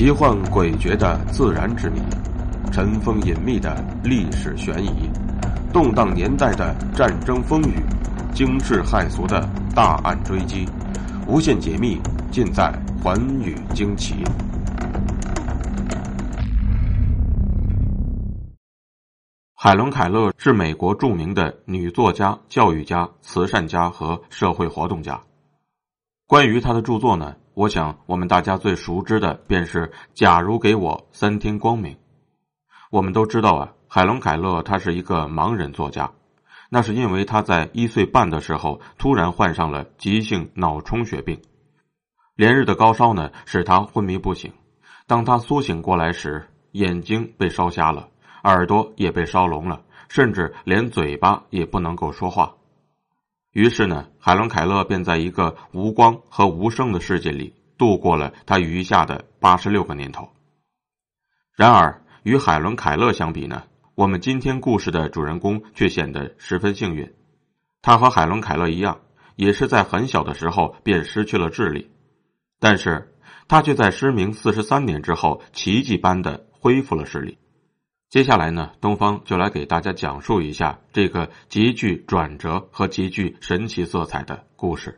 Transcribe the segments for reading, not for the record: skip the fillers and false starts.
奇幻诡谲的自然之谜，尘封隐秘的历史悬疑，动荡年代的战争风雨，惊世骇俗的大案追击，无限解密尽在寰宇惊奇。海伦·凯勒是美国著名的女作家、教育家、慈善家和社会活动家。关于她的著作呢，我想我们大家最熟知的便是《假如给我3天光明》。我们都知道海伦·凯勒她是一个盲人作家，那是因为她在1岁半的时候突然患上了急性脑充血病，连日的高烧呢使她昏迷不醒。当她苏醒过来时，眼睛被烧瞎了，耳朵也被烧聋了，甚至连嘴巴也不能够说话。于是呢，海伦·凯勒便在一个无光和无声的世界里度过了他余下的86个年头。然而，与海伦·凯勒相比呢，我们今天故事的主人公却显得十分幸运。他和海伦·凯勒一样，也是在很小的时候便失去了智力，但是他却在失明43年之后奇迹般的恢复了视力。接下来呢，东方就来给大家讲述一下这个极具转折和极具神奇色彩的故事。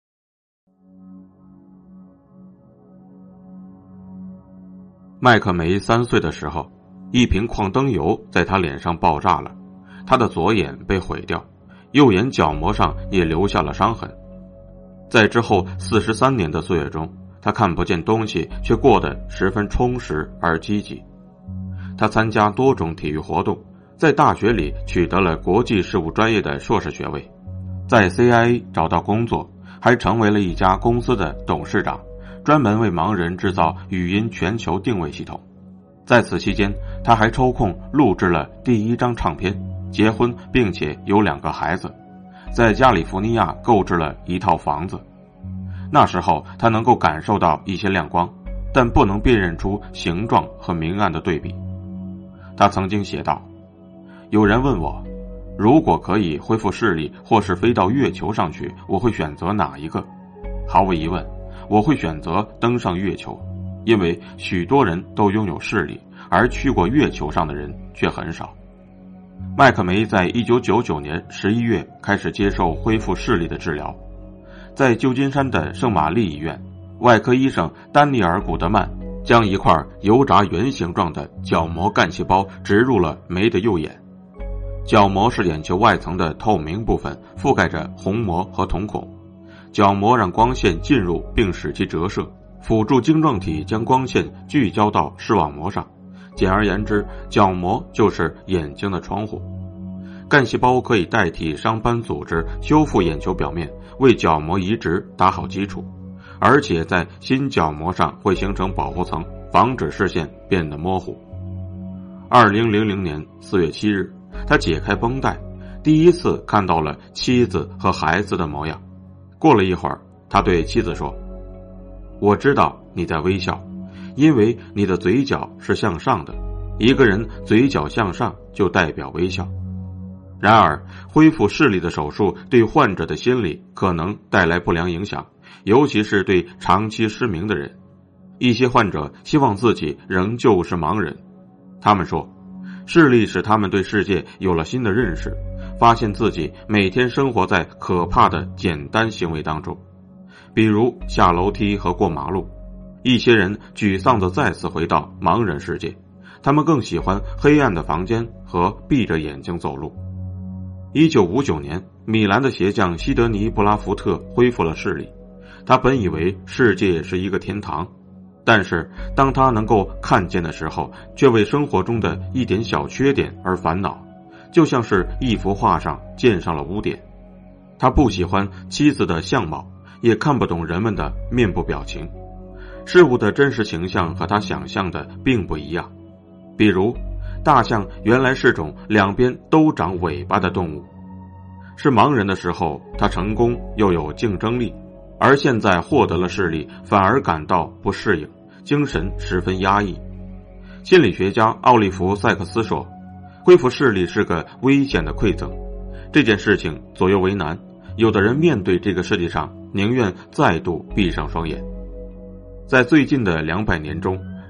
麦克梅3岁的时候，一瓶矿灯油在他脸上爆炸了，他的左眼被毁掉，右眼角膜上也留下了伤痕。在之后43年的岁月中，他看不见东西，却过得十分充实而积极。他参加多种体育活动，在大学里取得了国际事务专业的硕士学位，在 CIA 找到工作，还成为了一家公司的董事长，专门为盲人制造语音全球定位系统。在此期间，他还抽空录制了第1张唱片，结婚并且有2个孩子，在加利福尼亚购置了一套房子。那时候他能够感受到一些亮光，但不能辨认出形状和明暗的对比。他曾经写道，有人问我，如果可以恢复视力或是飞到月球上去，我会选择哪一个？毫无疑问，我会选择登上月球，因为许多人都拥有视力，而去过月球上的人却很少。麦克梅在1999年11月开始接受恢复视力的治疗，在旧金山的圣玛丽医院，外科医生丹尼尔·古德曼将一块油炸圆形状的角膜干细胞植入了梅的右眼。角膜是眼球外层的透明部分，覆盖着虹膜和瞳孔。角膜让光线进入并使其折射，辅助晶状体将光线聚焦到视网膜上。简而言之，角膜就是眼睛的窗户。干细胞可以代替伤斑组织修复眼球表面，为角膜移植打好基础，而且在新角膜上会形成保护层，防止视线变得模糊。2000年4月7日，他解开绷带，第一次看到了妻子和孩子的模样。过了一会儿，他对妻子说，我知道你在微笑，因为你的嘴角是向上的，一个人嘴角向上就代表微笑。然而，恢复视力的手术对患者的心理可能带来不良影响，尤其是对长期失明的人。一些患者希望自己仍旧是盲人，他们说，视力使他们对世界有了新的认识，发现自己每天生活在可怕的简单行为当中，比如下楼梯和过马路。一些人沮丧地再次回到盲人世界，他们更喜欢黑暗的房间和闭着眼睛走路。1959年，米兰的鞋匠西德尼·布拉福特恢复了视力。他本以为世界是一个天堂，但是当他能够看见的时候，却为生活中的一点小缺点而烦恼，就像是一幅画上溅上了污点。他不喜欢妻子的相貌，也看不懂人们的面部表情。事物的真实形象和他想象的并不一样。比如，大象原来是种2边都长尾巴的动物。是盲人的时候，他成功又有竞争力，而现在获得了视力，反而感到不适应，精神十分压抑。心理学家奥利弗·塞克斯说，恢复视力是个危险的馈赠。这件事情左右为难，有的人面对这个世界上宁愿再度闭上双眼。在最近的200年中，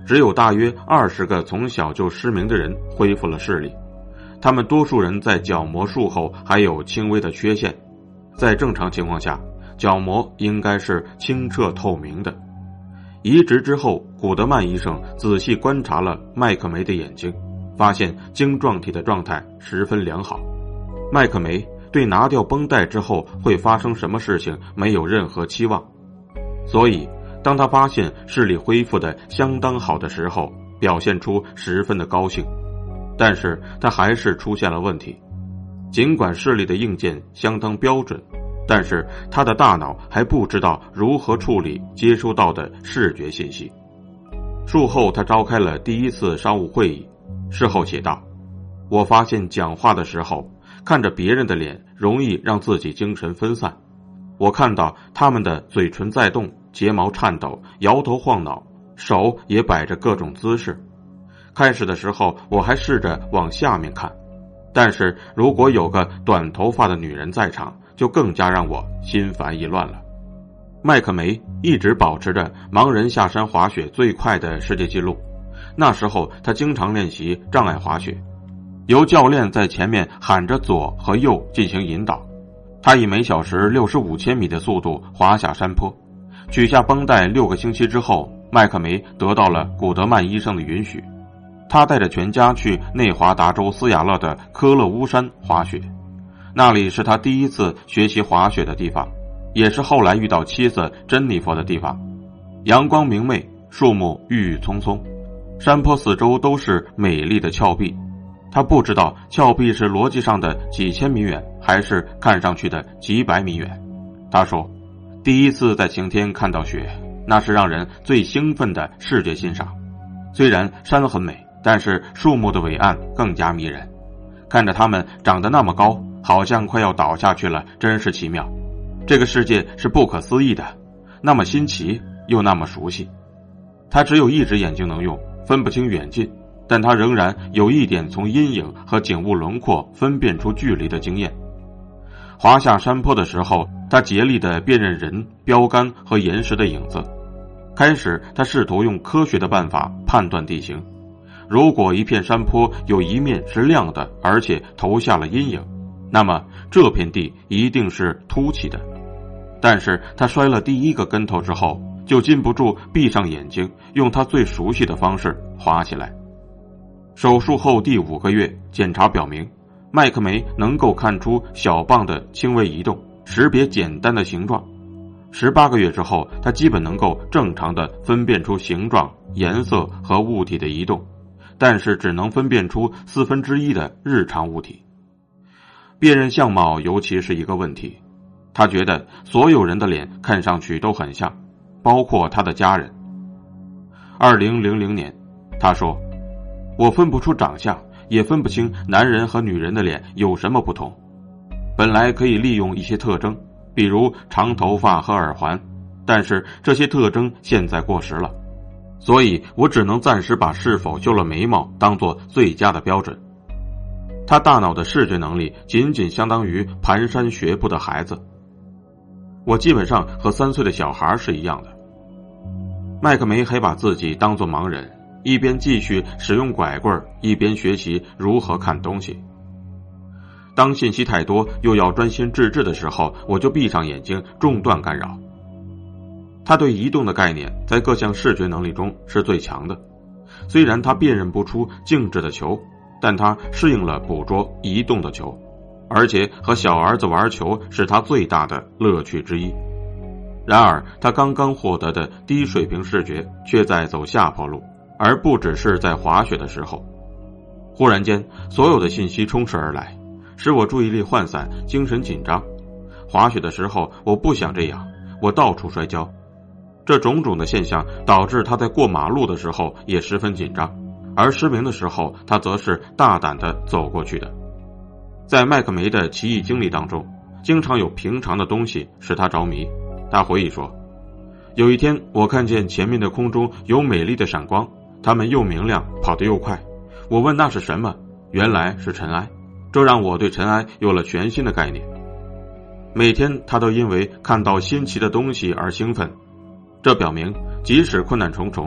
只有大约20个从小就失明的人恢复了视力。他们多数人在角膜术后还有轻微的缺陷，在正常情况下，角膜应该是清澈透明的。移植之后，古德曼医生仔细观察了麦克梅的眼睛，发现晶状体的状态十分良好。麦克梅对拿掉绷带之后会发生什么事情没有任何期望，所以当他发现视力恢复得相当好的时候，表现出十分的高兴。但是他还是出现了问题，尽管视力的硬件相当标准，但是他的大脑还不知道如何处理接收到的视觉信息。术后他召开了第一次商务会议，事后写道：我发现讲话的时候，看着别人的脸容易让自己精神分散。我看到他们的嘴唇在动，睫毛颤抖，摇头晃脑，手也摆着各种姿势。开始的时候我还试着往下面看，但是如果有个短头发的女人在场，就更加让我心烦意乱了。麦克梅一直保持着盲人下山滑雪最快的世界纪录，那时候他经常练习障碍滑雪，由教练在前面喊着左和右进行引导，他以每小时65千米的速度滑下山坡。取下绷带6个星期之后，麦克梅得到了古德曼医生的允许，他带着全家去内华达州斯亚勒的科勒乌山滑雪，那里是他第一次学习滑雪的地方，也是后来遇到妻子珍妮佛的地方。阳光明媚，树木郁郁葱葱，山坡四周都是美丽的峭壁。他不知道峭壁是逻辑上的几千米远，还是看上去的几百米远。他说，第一次在晴天看到雪，那是让人最兴奋的视觉欣赏。虽然山很美，但是树木的伟岸更加迷人，看着它们长得那么高，好像快要倒下去了，真是奇妙。这个世界是不可思议的，那么新奇又那么熟悉。他只有一只眼睛能用，分不清远近，但他仍然有一点从阴影和景物轮廓分辨出距离的经验。滑下山坡的时候，他竭力地辨认人、标杆和岩石的影子。开始他试图用科学的办法判断地形，如果一片山坡有一面是亮的，而且投下了阴影，那么这片地一定是凸起的。但是他摔了第一个跟头之后，就禁不住闭上眼睛，用他最熟悉的方式滑起来。手术后第5个月，检查表明麦克梅能够看出小棒的轻微移动，识别简单的形状。18个月之后，他基本能够正常地分辨出形状、颜色和物体的移动，但是只能分辨出1/4的日常物体。辨认相貌尤其是一个问题，他觉得所有人的脸看上去都很像，包括他的家人。2000年，他说，我分不出长相，也分不清男人和女人的脸有什么不同。本来可以利用一些特征，比如长头发和耳环，但是这些特征现在过时了，所以我只能暂时把是否修了眉毛当作最佳的标准。他大脑的视觉能力仅仅相当于蹒跚学步的孩子，我基本上和3岁的小孩是一样的。麦克梅还把自己当作盲人，一边继续使用拐棍，一边学习如何看东西。当信息太多又要专心致志的时候，我就闭上眼睛，中断干扰。他对移动的概念在各项视觉能力中是最强的，虽然他辨认不出静止的球，但他适应了捕捉移动的球，而且和小儿子玩球是他最大的乐趣之一。然而他刚刚获得的低水平视觉却在走下坡路，而不只是在滑雪的时候。忽然间，所有的信息充斥而来，使我注意力涣散，精神紧张。滑雪的时候我不想这样，我到处摔跤。这种种的现象导致他在过马路的时候也十分紧张，而失明的时候他则是大胆地走过去的。在麦克梅的奇异经历当中，经常有平常的东西使他着迷。他回忆说，有一天我看见前面的空中有美丽的闪光，它们又明亮，跑得又快。我问那是什么，原来是尘埃，这让我对尘埃有了全新的概念。每天他都因为看到新奇的东西而兴奋，这表明即使困难重重，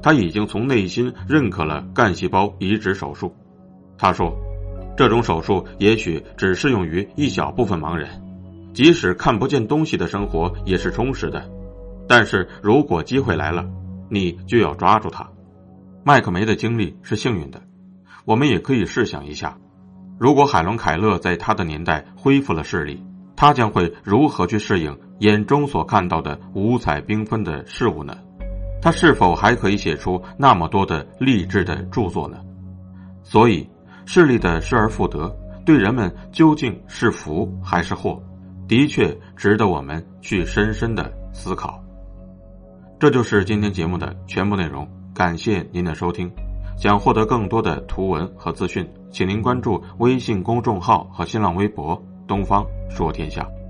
他已经从内心认可了干细胞移植手术。他说，这种手术也许只适用于一小部分盲人，即使看不见东西的生活也是充实的，但是如果机会来了，你就要抓住它。麦克梅的经历是幸运的，我们也可以试想一下，如果海伦·凯勒在他的年代恢复了视力，他将会如何去适应眼中所看到的五彩缤纷的事物呢？他是否还可以写出那么多的励志的著作呢？所以视力的失而复得对人们究竟是福还是祸，的确值得我们去深深的思考。这就是今天节目的全部内容，感谢您的收听。想获得更多的图文和资讯，请您关注微信公众号和新浪微博东方说天下。